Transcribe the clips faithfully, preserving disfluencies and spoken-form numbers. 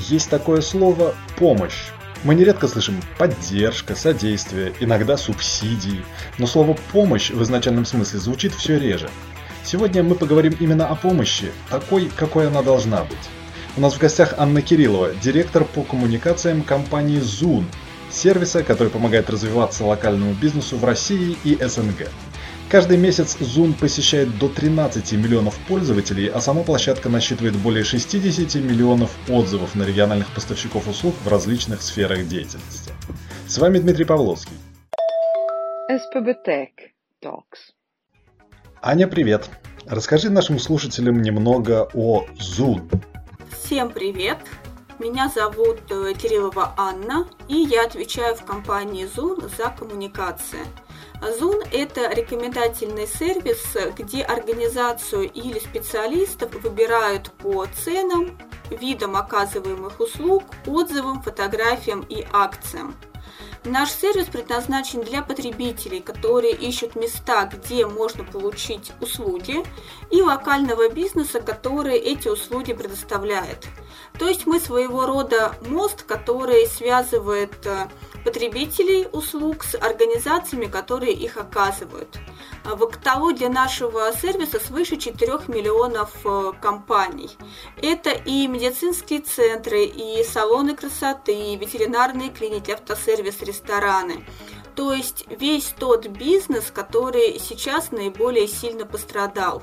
есть такое слово «помощь». Мы нередко слышим «поддержка», «содействие», иногда «субсидии», но слово «помощь» в изначальном смысле звучит все реже. Сегодня мы поговорим именно о помощи, такой, какой она должна быть. У нас в гостях Анна Кириллова, директор по коммуникациям компании Zoon, сервиса, который помогает развиваться локальному бизнесу в России и СНГ. Каждый месяц Zoon посещает до тринадцати миллионов пользователей, а сама площадка насчитывает более шестидесяти миллионов отзывов на региональных поставщиков услуг в различных сферах деятельности. С вами Дмитрий Павловский. эс пэ бэ Tech Talks. Аня, привет! Расскажи нашим слушателям немного о Zoon. Всем привет! Меня зовут Кириллова Анна, и я отвечаю в компании Zoon за коммуникации. Zoon – это рекомендательный сервис, где организацию или специалистов выбирают по ценам, видам оказываемых услуг, отзывам, фотографиям и акциям. Наш сервис предназначен для потребителей, которые ищут места, где можно получить услуги, и локального бизнеса, который эти услуги предоставляет. То есть мы своего рода мост, который связывает потребителей услуг с организациями, которые их оказывают. В каталоге нашего сервиса свыше четырёх миллионов компаний. Это и медицинские центры, и салоны красоты, и ветеринарные клиники, автосервис, рестораны. То есть весь тот бизнес, который сейчас наиболее сильно пострадал.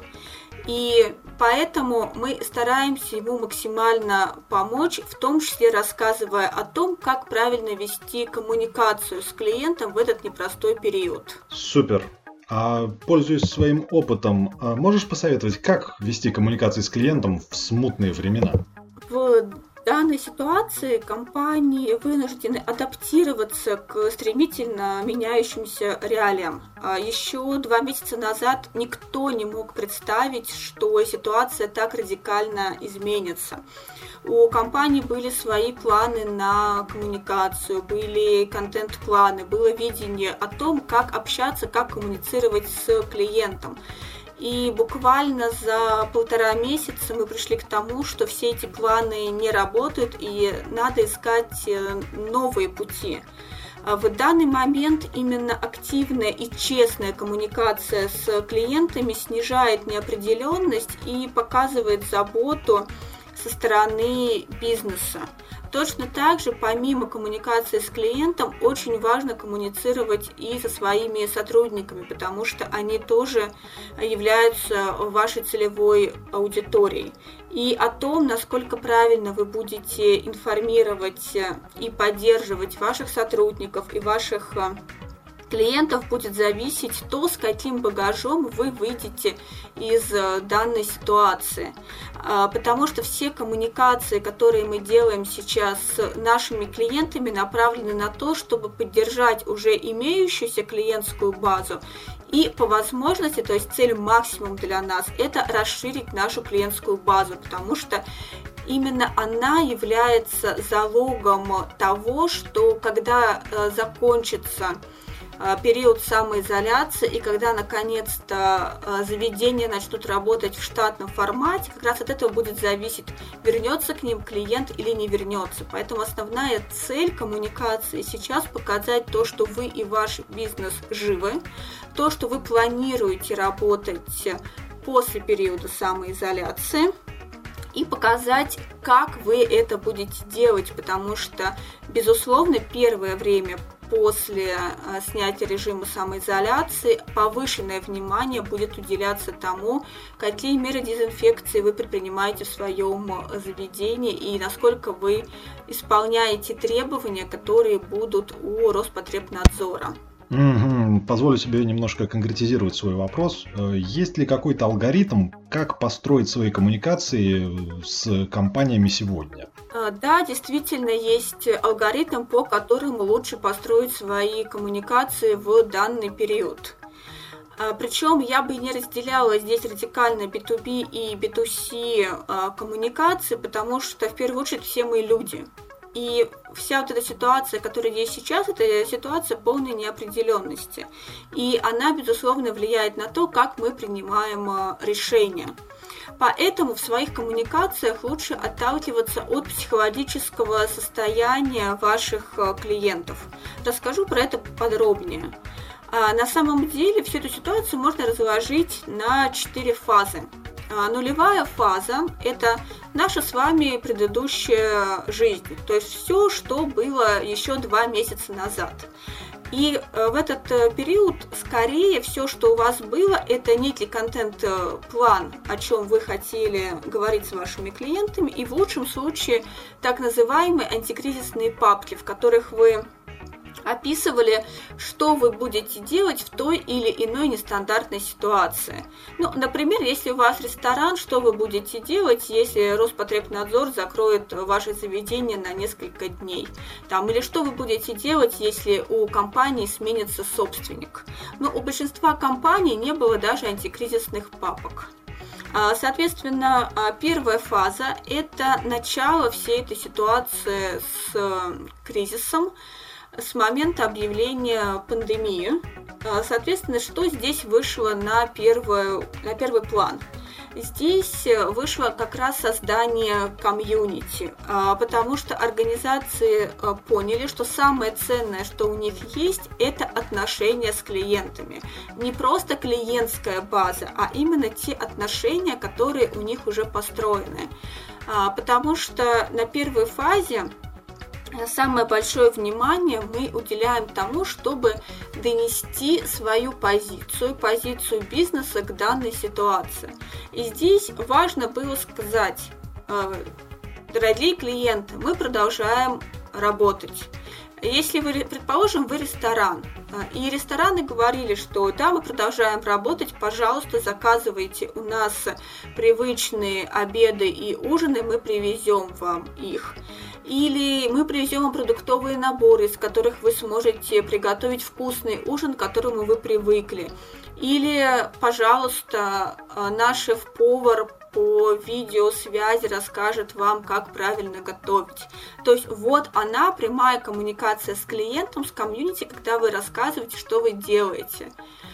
И поэтому мы стараемся ему максимально помочь, в том числе рассказывая о том, как правильно вести коммуникацию с клиентом в этот непростой период. Супер! А пользуясь своим опытом, можешь посоветовать, как вести коммуникации с клиентом в смутные времена? В данной ситуации компании вынуждены адаптироваться к стремительно меняющимся реалиям. Еще два месяца назад никто не мог представить, что ситуация так радикально изменится. У компании были свои планы на коммуникацию, были контент-планы, было видение о том, как общаться, как коммуницировать с клиентом. И буквально за полтора месяца мы пришли к тому, что все эти планы не работают и надо искать новые пути. В данный момент именно активная и честная коммуникация с клиентами снижает неопределенность и показывает заботу со стороны бизнеса. Точно так же, помимо коммуникации с клиентом, очень важно коммуницировать и со своими сотрудниками, потому что они тоже являются вашей целевой аудиторией. И о том, насколько правильно вы будете информировать и поддерживать ваших сотрудников и ваших клиентов, будет зависеть то, с каким багажом вы выйдете из данной ситуации. Потому что все коммуникации, которые мы делаем сейчас с нашими клиентами, направлены на то, чтобы поддержать уже имеющуюся клиентскую базу. И по возможности, то есть цель максимум для нас, это расширить нашу клиентскую базу, потому что именно она является залогом того, что когда закончится период самоизоляции, и когда наконец-то заведения начнут работать в штатном формате, как раз от этого будет зависеть, вернется к ним клиент или не вернется. Поэтому основная цель коммуникации сейчас показать то, что вы и ваш бизнес живы, то, что вы планируете работать после периода самоизоляции, и показать, как вы это будете делать, потому что, безусловно, первое время после снятия режима самоизоляции повышенное внимание будет уделяться тому, какие меры дезинфекции вы предпринимаете в своем заведении и насколько вы исполняете требования, которые будут у Роспотребнадзора. Угу. Позволю себе немножко конкретизировать свой вопрос. Есть ли какой-то алгоритм, как построить свои коммуникации с компаниями сегодня? Да, действительно есть алгоритм, по которому лучше построить свои коммуникации в данный период. Причем я бы не разделяла здесь радикально би ту би и би ту си коммуникации, потому что в первую очередь все мы люди. И вся вот эта ситуация, которая есть сейчас, это ситуация полной неопределенности. И она, безусловно, влияет на то, как мы принимаем решения. Поэтому в своих коммуникациях лучше отталкиваться от психологического состояния ваших клиентов. Расскажу про это подробнее. На самом деле всю эту ситуацию можно разложить на четыре фазы. Нулевая фаза – это наша с вами предыдущая жизнь, то есть все, что было еще два месяца назад. И в этот период, скорее, все, что у вас было, это некий контент-план, о чем вы хотели говорить с вашими клиентами, и в лучшем случае так называемые антикризисные папки, в которых вы описывали, что вы будете делать в той или иной нестандартной ситуации. Ну, например, если у вас ресторан, что вы будете делать, если Роспотребнадзор закроет ваше заведение на несколько дней? Там, или что вы будете делать, если у компании сменится собственник? Ну, у большинства компаний не было даже антикризисных папок. Соответственно, первая фаза – это начало всей этой ситуации с кризисом, с момента объявления пандемии. Соответственно, что здесь вышло на первый, на первый план? Здесь вышло как раз создание комьюнити, потому что организации поняли, что самое ценное, что у них есть, это отношения с клиентами. Не просто клиентская база, а именно те отношения, которые у них уже построены. Потому что на первой фазе самое большое внимание мы уделяем тому, чтобы донести свою позицию, позицию бизнеса к данной ситуации. И здесь важно было сказать: дорогие клиенты, мы продолжаем работать. Если вы, предположим, вы ресторан, и рестораны говорили, что да, мы продолжаем работать, пожалуйста, заказывайте у нас привычные обеды и ужины, мы привезем вам их. Или мы привезем вам продуктовые наборы, из которых вы сможете приготовить вкусный ужин, к которому вы привыкли. Или, пожалуйста, наш шеф-повар по видеосвязи расскажет вам, как правильно готовить. То есть вот она, прямая коммуникация с клиентом, с комьюнити, когда вы рассказываете, что вы делаете.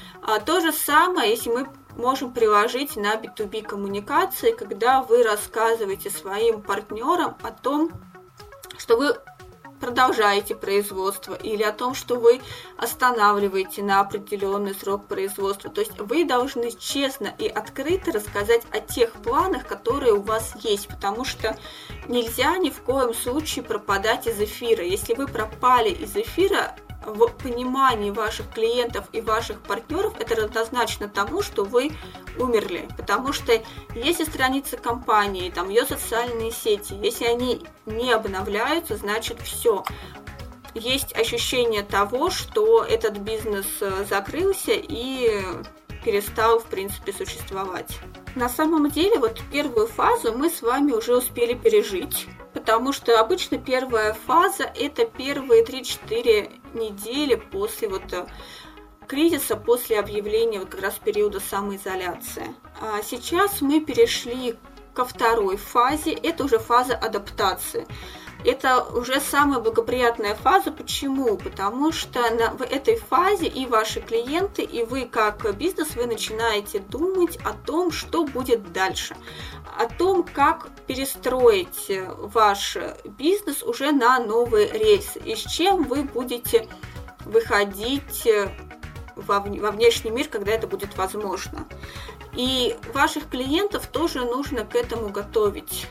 А то же самое, если мы можем приложить на би ту би коммуникации, когда вы рассказываете своим партнерам о том, что вы продолжаете производство, или о том, что вы останавливаете на определенный срок производства. То есть вы должны честно и открыто рассказать о тех планах, которые у вас есть, потому что нельзя ни в коем случае пропадать из эфира. Если вы пропали из эфира, в понимании ваших клиентов и ваших партнеров, это равнозначно тому, что вы умерли. Потому что если страницы компании, там ее социальные сети, если они не обновляются, значит все. Есть ощущение того, что этот бизнес закрылся и перестал, в принципе, существовать. На самом деле, вот первую фазу мы с вами уже успели пережить, потому что обычно первая фаза – это первые три-четыре недели после вот кризиса, после объявления вот как раз периода самоизоляции. А сейчас мы перешли ко второй фазе, это уже фаза адаптации. Это уже самая благоприятная фаза. Почему? Потому что на, в этой фазе и ваши клиенты, и вы как бизнес, вы начинаете думать о том, что будет дальше. О том, как перестроить ваш бизнес уже на новые рельсы. И с чем вы будете выходить во, во внешний мир, когда это будет возможно. И ваших клиентов тоже нужно к этому готовить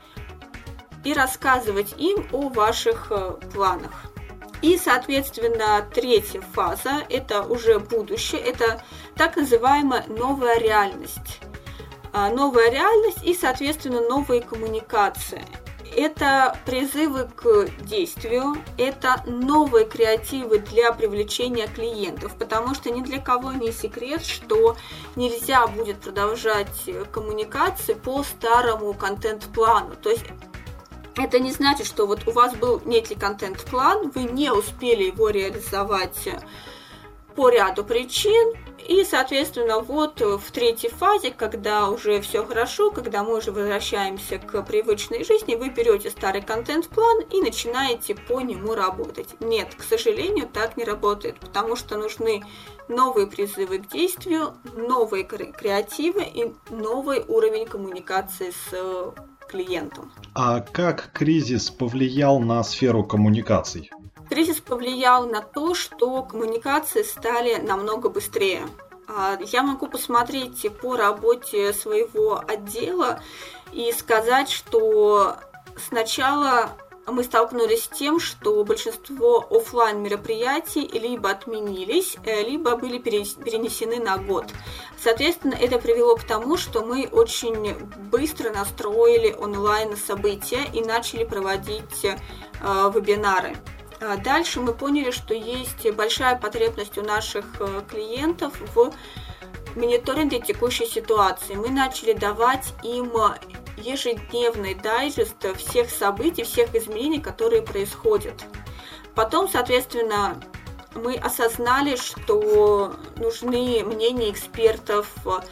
и рассказывать им о ваших планах. И, соответственно, третья фаза – это уже будущее, это так называемая новая реальность. Новая реальность и, соответственно, новые коммуникации. Это призывы к действию, это новые креативы для привлечения клиентов, потому что ни для кого не секрет, что нельзя будет продолжать коммуникации по старому контент-плану. То есть это не значит, что вот у вас был некий контент-план, вы не успели его реализовать по ряду причин, И, соответственно, вот в третьей фазе, когда уже все хорошо, когда мы уже возвращаемся к привычной жизни, вы берете старый контент-план и начинаете по нему работать. Нет, к сожалению, так не работает, потому что нужны новые призывы к действию, новые креативы и новый уровень коммуникации с клиентом. А как кризис повлиял на сферу коммуникаций? Кризис повлиял на то, что коммуникации стали намного быстрее. Я могу посмотреть по работе своего отдела и сказать, что сначала мы столкнулись с тем, что большинство офлайн мероприятий либо отменились, либо были перенесены на год. Соответственно, это привело к тому, что мы очень быстро настроили онлайн события и начали проводить вебинары. Дальше мы поняли, что есть большая потребность у наших клиентов в мониторинге текущей ситуации. Мы начали давать им ежедневный дайджест всех событий, всех изменений, которые происходят. Потом, соответственно, мы осознали, что нужны мнения экспертов,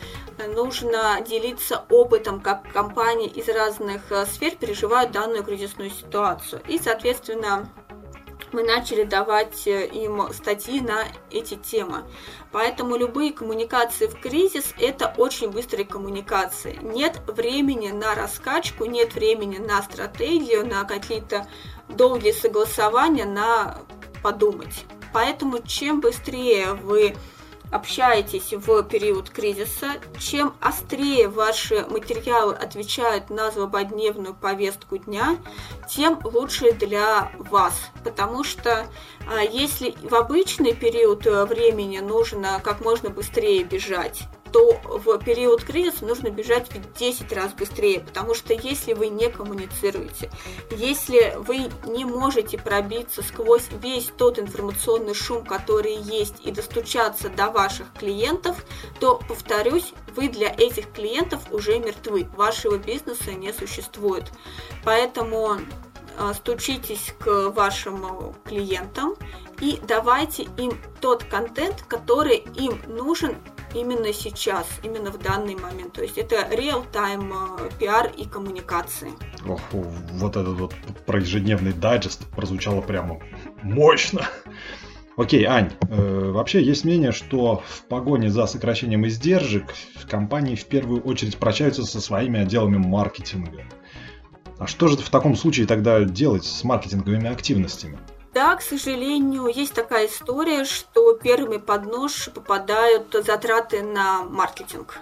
нужно делиться опытом, как компании из разных сфер переживают данную кризисную ситуацию. И, соответственно, мы начали давать им статьи на эти темы. Поэтому любые коммуникации в кризис – это очень быстрые коммуникации. Нет времени на раскачку, нет времени на стратегию, на какие-то долгие согласования, на подумать. Поэтому чем быстрее вы общаетесь в период кризиса, чем острее ваши материалы отвечают на злободневную повестку дня, тем лучше для вас. Потому что а, если в обычный период времени нужно как можно быстрее бежать, то в период кризиса нужно бежать в десять раз быстрее, потому что если вы не коммуницируете, если вы не можете пробиться сквозь весь тот информационный шум, который есть, и достучаться до ваших клиентов, то, повторюсь, вы для этих клиентов уже мертвы, вашего бизнеса не существует. Поэтому стучитесь к вашим клиентам и давайте им тот контент, который им нужен именно сейчас, именно в данный момент. То есть это real-time пиар и коммуникации. Ох, вот этот вот про ежедневный дайджест прозвучало прямо мощно. Окей, Ань, э, вообще есть мнение, что в погоне за сокращением издержек компании в первую очередь прощаются со своими отделами маркетинга. А что же в таком случае тогда делать с маркетинговыми активностями? Да, к сожалению, есть такая история, что первыми под нож попадают затраты на маркетинг.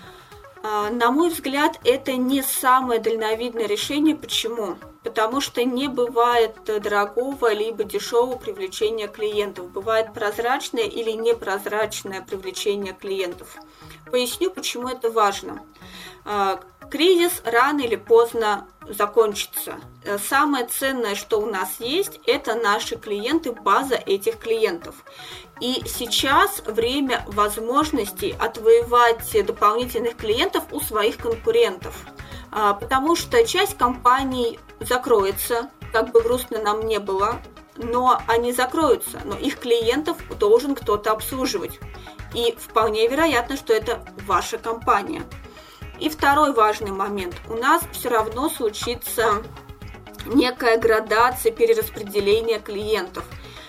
На мой взгляд, это не самое дальновидное решение. Почему? Потому что не бывает дорогого либо дешевого привлечения клиентов. Бывает прозрачное или непрозрачное привлечение клиентов. Поясню, почему это важно. Кризис рано или поздно закончится. Самое ценное, что у нас есть, это наши клиенты, база этих клиентов. И сейчас время возможностей отвоевать дополнительных клиентов у своих конкурентов. Потому что часть компаний закроется, как бы грустно нам не было, но они закроются, но их клиентов должен кто-то обслуживать. И вполне вероятно, что это ваша компания. И второй важный момент. У нас все равно случится некая градация перераспределения клиентов.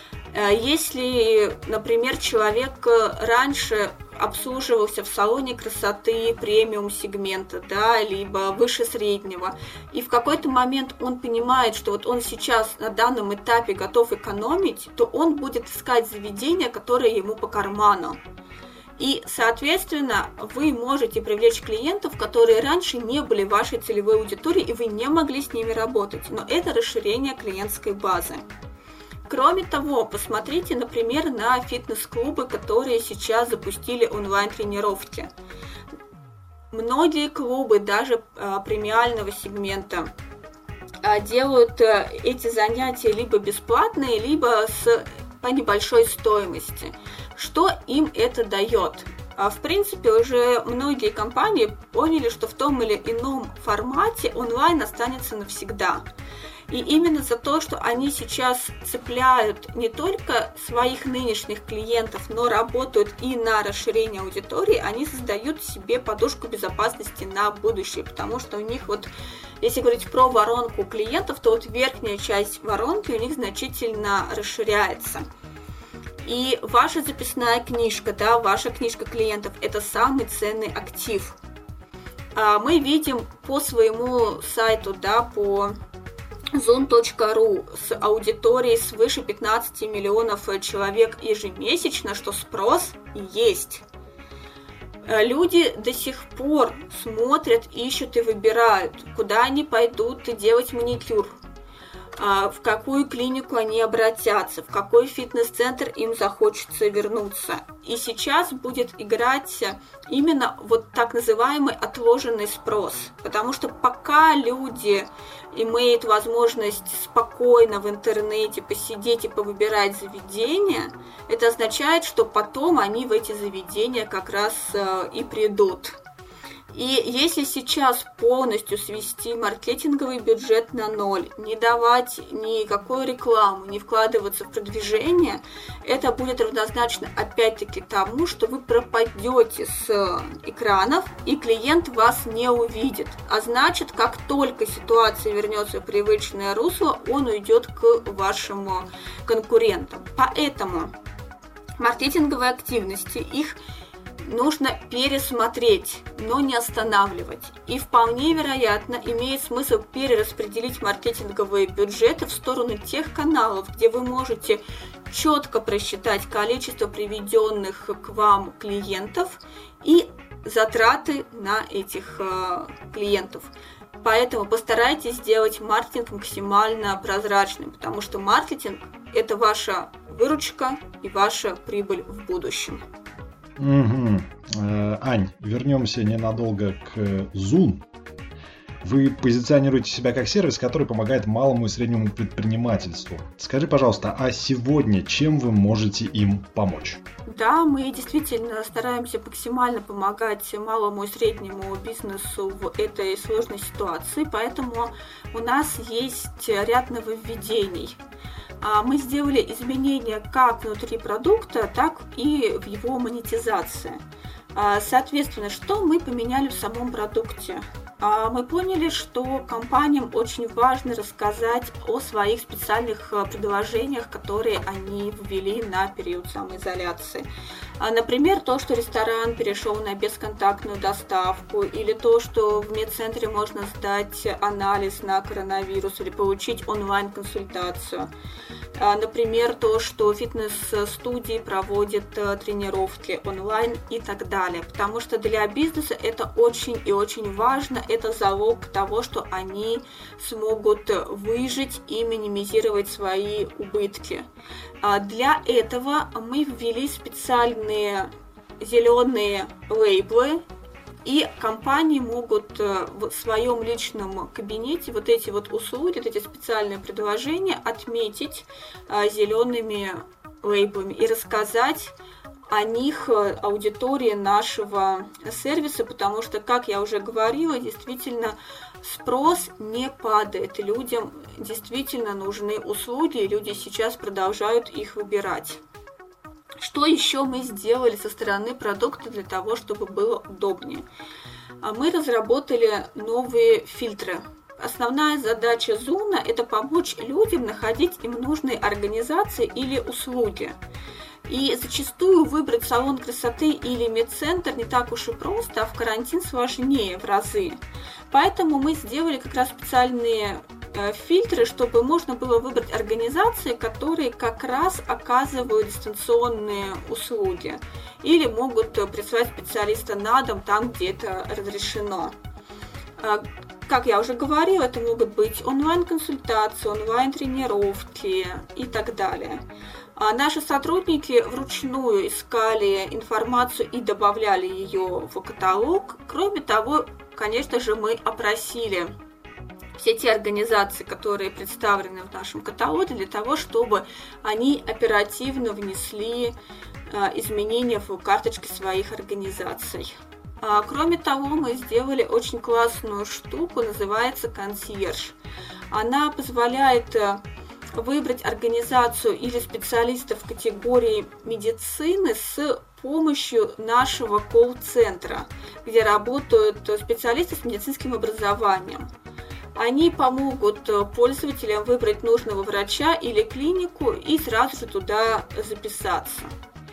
Если, например, человек раньше обслуживался в салоне красоты премиум сегмента, да, либо выше среднего, и в какой-то момент он понимает, что вот он сейчас на данном этапе готов экономить, то он будет искать заведение, которое ему по карману. И, соответственно, вы можете привлечь клиентов, которые раньше не были вашей целевой аудиторией, и вы не могли с ними работать. Но это расширение клиентской базы. Кроме того, посмотрите, например, на фитнес-клубы, которые сейчас запустили онлайн-тренировки. Многие клубы, даже а, премиального сегмента, а, делают а, эти занятия либо бесплатные, либо с, по небольшой стоимости. Что им это дает? В принципе, уже многие компании поняли, что в том или ином формате онлайн останется навсегда. И именно за то, что они сейчас цепляют не только своих нынешних клиентов, но работают и на расширение аудитории, они создают себе подушку безопасности на будущее, потому что у них вот, если говорить про воронку клиентов, то вот верхняя часть воронки у них значительно расширяется. И ваша записная книжка, да, ваша книжка клиентов – это самый ценный актив. Мы видим по своему сайту, да, по зун точка ру с аудиторией свыше пятнадцати миллионов человек ежемесячно, что спрос есть. Люди до сих пор смотрят, ищут и выбирают, куда они пойдут делать маникюр, в какую клинику они обратятся, в какой фитнес-центр им захочется вернуться. И сейчас будет играть именно вот так называемый отложенный спрос, потому что пока люди имеют возможность спокойно в интернете посидеть и повыбирать заведения, это означает, что потом они в эти заведения как раз и придут. И если сейчас полностью свести маркетинговый бюджет на ноль, не давать никакую рекламу, не вкладываться в продвижение, это будет равнозначно опять-таки тому, что вы пропадете с экранов, и клиент вас не увидит. А значит, как только ситуация вернется в привычное русло, он уйдет к вашим конкурентам. Поэтому маркетинговые активности, их нужно пересмотреть, но не останавливать. И вполне вероятно имеет смысл перераспределить маркетинговые бюджеты в сторону тех каналов, где вы можете четко просчитать количество приведенных к вам клиентов и затраты на этих э, клиентов. Поэтому постарайтесь сделать маркетинг максимально прозрачным, потому что маркетинг – это ваша выручка и ваша прибыль в будущем. Угу. Э, Ань, вернемся ненадолго к Zoom. Вы позиционируете себя как сервис, который помогает малому и среднему предпринимательству. Скажи, пожалуйста, а сегодня чем вы можете им помочь? Да, мы действительно стараемся максимально помогать малому и среднему бизнесу в этой сложной ситуации, поэтому у нас есть ряд нововведений. Мы сделали изменения как внутри продукта, так и в его монетизации. Соответственно, что мы поменяли в самом продукте? Мы поняли, что компаниям очень важно рассказать о своих специальных предложениях, которые они ввели на период самоизоляции. Например, то, что ресторан перешел на бесконтактную доставку, или то, что в медцентре можно сдать анализ на коронавирус или получить онлайн-консультацию. Например, то, что фитнес-студии проводят тренировки онлайн и так далее. Потому что для бизнеса это очень и очень важно. Это залог того, что они смогут выжить и минимизировать свои убытки. Для этого мы ввели специальные зеленые лейблы, и компании могут в своем личном кабинете вот эти вот услуги, вот эти специальные предложения отметить зелеными лейблами и рассказать о них аудитории нашего сервиса, потому что, как я уже говорила, действительно спрос не падает. Людям действительно нужны услуги, и люди сейчас продолжают их выбирать. Что еще мы сделали со стороны продукта для того, чтобы было удобнее? Мы разработали новые фильтры. Основная задача Zoom – это помочь людям находить им нужные организации или услуги. И зачастую выбрать салон красоты или медцентр не так уж и просто, а в карантин сложнее в разы. Поэтому мы сделали как раз специальные фильтры, чтобы можно было выбрать организации, которые как раз оказывают дистанционные услуги или могут прислать специалиста на дом там, где это разрешено. Как я уже говорила, это могут быть онлайн-консультации, онлайн-тренировки и так далее. Наши сотрудники вручную искали информацию и добавляли ее в каталог. Кроме того, конечно же, мы опросили все те организации, которые представлены в нашем каталоге, для того, чтобы они оперативно внесли изменения в карточки своих организаций. Кроме того, мы сделали очень классную штуку, называется консьерж. Она позволяет выбрать организацию или специалистов в категории медицины с помощью нашего колл-центра, где работают специалисты с медицинским образованием. Они помогут пользователям выбрать нужного врача или клинику и сразу же туда записаться.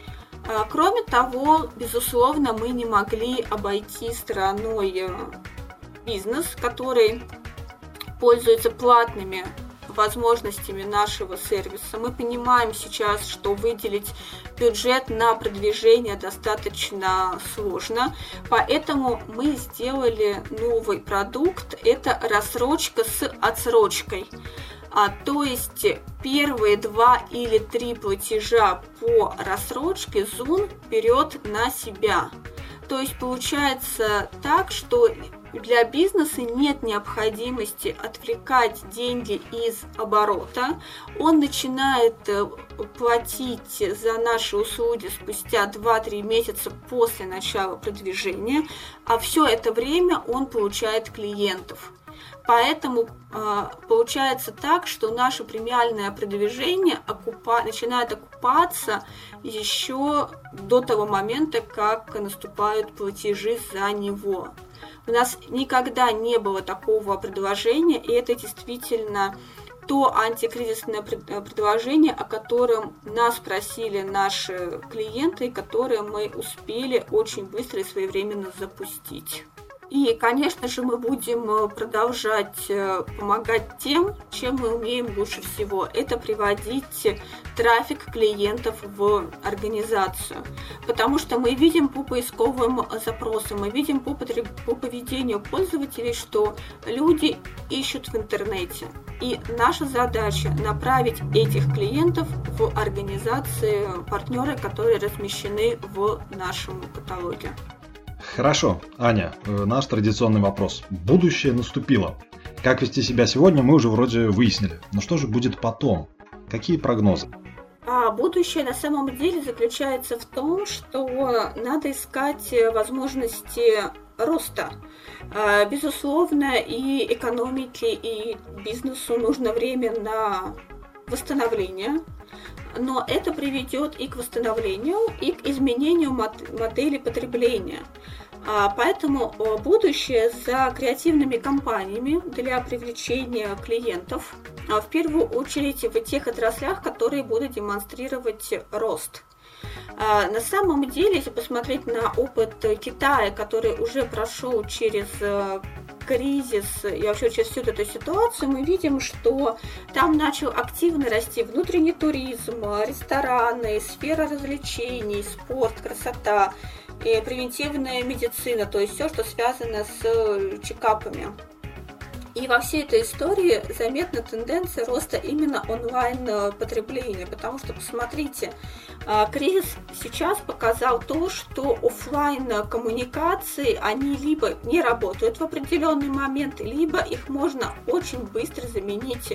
Кроме того, безусловно, мы не могли обойти стороной бизнес, который пользуется платными возможностями нашего сервиса. Мы понимаем сейчас, что выделить бюджет на продвижение достаточно сложно, поэтому мы сделали новый продукт. Это рассрочка с отсрочкой. А, то есть первые два или три платежа по рассрочке Zoom берет на себя. То есть получается так, что для бизнеса нет необходимости отвлекать деньги из оборота. Он начинает платить за наши услуги спустя два-три месяца после начала продвижения, а все это время он получает клиентов. Поэтому э, получается так, что наше премиальное продвижение окупа... начинает окупаться еще до того момента, как наступают платежи за него. У нас никогда не было такого предложения, и это действительно то антикризисное предложение, о котором нас просили наши клиенты, которое мы успели очень быстро и своевременно запустить. И, конечно же, мы будем продолжать помогать тем, чем мы умеем лучше всего. Это приводить трафик клиентов в организацию. Потому что мы видим по поисковым запросам, мы видим по, потреб... по поведению пользователей, что люди ищут в интернете. И наша задача направить этих клиентов в организации, партнеры, которые размещены в нашем каталоге. Хорошо, Аня, наш традиционный вопрос. Будущее наступило. Как вести себя сегодня, мы уже вроде выяснили. Но что же будет потом? Какие прогнозы? А будущее на самом деле заключается в том, что надо искать возможности роста. Безусловно, и экономике, и бизнесу нужно время на восстановление. Но это приведет и к восстановлению, и к изменению модели потребления. Поэтому будущее за креативными компаниями для привлечения клиентов, в первую очередь в тех отраслях, которые будут демонстрировать рост. На самом деле, если посмотреть на опыт Китая, который уже прошел через кризис и вообще через всю эту ситуацию, мы видим, что там начал активно расти внутренний туризм, рестораны, сфера развлечений, спорт, красота, и превентивная медицина, то есть все, что связано с чекапами. И во всей этой истории заметна тенденция роста именно онлайн-потребления, потому что, посмотрите, кризис сейчас показал то, что офлайн-коммуникации, они либо не работают в определенный момент, либо их можно очень быстро заменить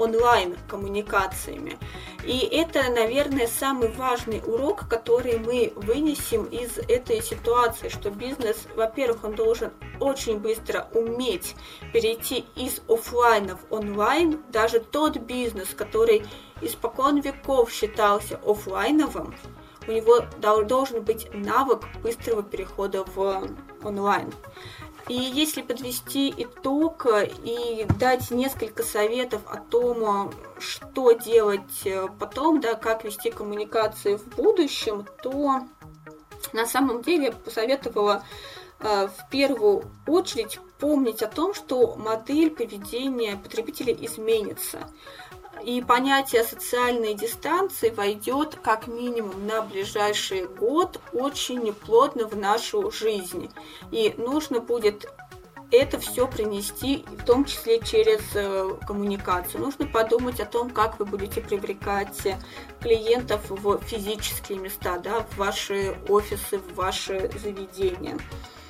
онлайн-коммуникациями. И это, наверное, самый важный урок, который мы вынесем из этой ситуации, что бизнес, во-первых, он должен очень быстро уметь перейти из офлайна в онлайн. Даже тот бизнес, который испокон веков считался офлайновым, у него должен быть навык быстрого перехода в онлайн. И если подвести итог и дать несколько советов о том, что делать потом, да, как вести коммуникации в будущем, то на самом деле я бы посоветовала в первую очередь помнить о том, что модель поведения потребителей изменится. И понятие социальной дистанции войдет как минимум на ближайший год очень плотно в нашу жизнь. И нужно будет это все принести, в том числе через коммуникацию. Нужно подумать о том, как вы будете привлекать клиентов в физические места, да, в ваши офисы, в ваши заведения.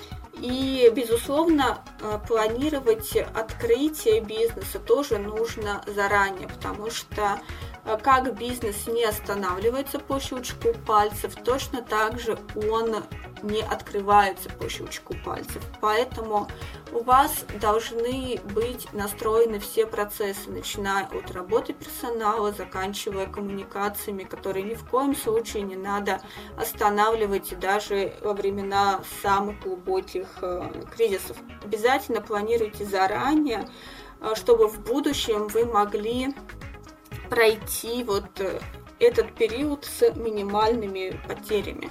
И, безусловно, планировать открытие бизнеса тоже нужно заранее, потому что как бизнес не останавливается по щелчку пальцев, точно так же он не открывается по щелчку пальцев. Поэтому у вас должны быть настроены все процессы, начиная от работы персонала, заканчивая коммуникациями, которые ни в коем случае не надо останавливать даже во времена самых глубоких э, кризисов. Обязательно планируйте заранее, э, чтобы в будущем вы могли пройти вот э, этот период с минимальными потерями.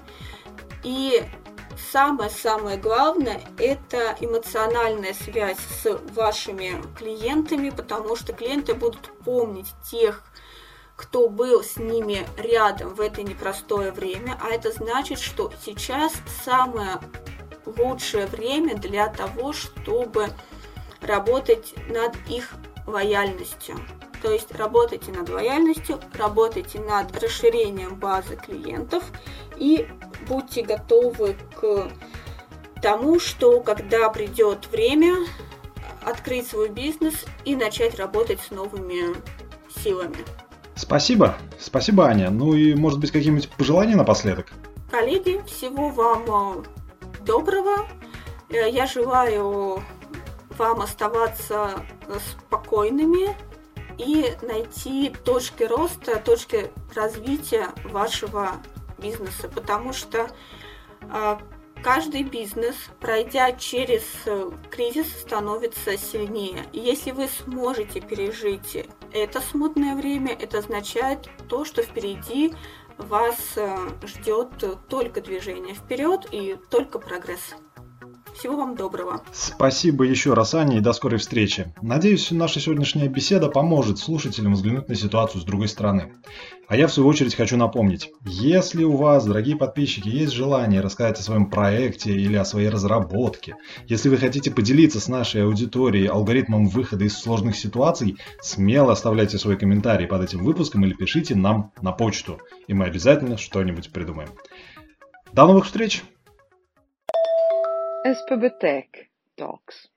И самое-самое главное – это эмоциональная связь с вашими клиентами, потому что клиенты будут помнить тех, кто был с ними рядом в это непростое время, а это значит, что сейчас самое лучшее время для того, чтобы работать над их лояльностью. То есть работайте над лояльностью, работайте над расширением базы клиентов и будьте готовы к тому, что когда придет время, открыть свой бизнес и начать работать с новыми силами. Спасибо, спасибо, Аня. Ну и, может быть, какие-нибудь пожелания напоследок? Коллеги, всего вам доброго. Я желаю вам оставаться спокойными и найти точки роста, точки развития вашего бизнеса, потому что э, каждый бизнес, пройдя через э, кризис, становится сильнее. И если вы сможете пережить это смутное время, это означает то, что впереди вас э, ждет только движение вперед и только прогресс. Всего вам доброго. Спасибо еще раз, Аня, и до скорой встречи. Надеюсь, наша сегодняшняя беседа поможет слушателям взглянуть на ситуацию с другой стороны. А я, в свою очередь, хочу напомнить, если у вас, дорогие подписчики, есть желание рассказать о своем проекте или о своей разработке, если вы хотите поделиться с нашей аудиторией алгоритмом выхода из сложных ситуаций, смело оставляйте свой комментарий под этим выпуском или пишите нам на почту, и мы обязательно что-нибудь придумаем. До новых встреч! S P B Tech Talks.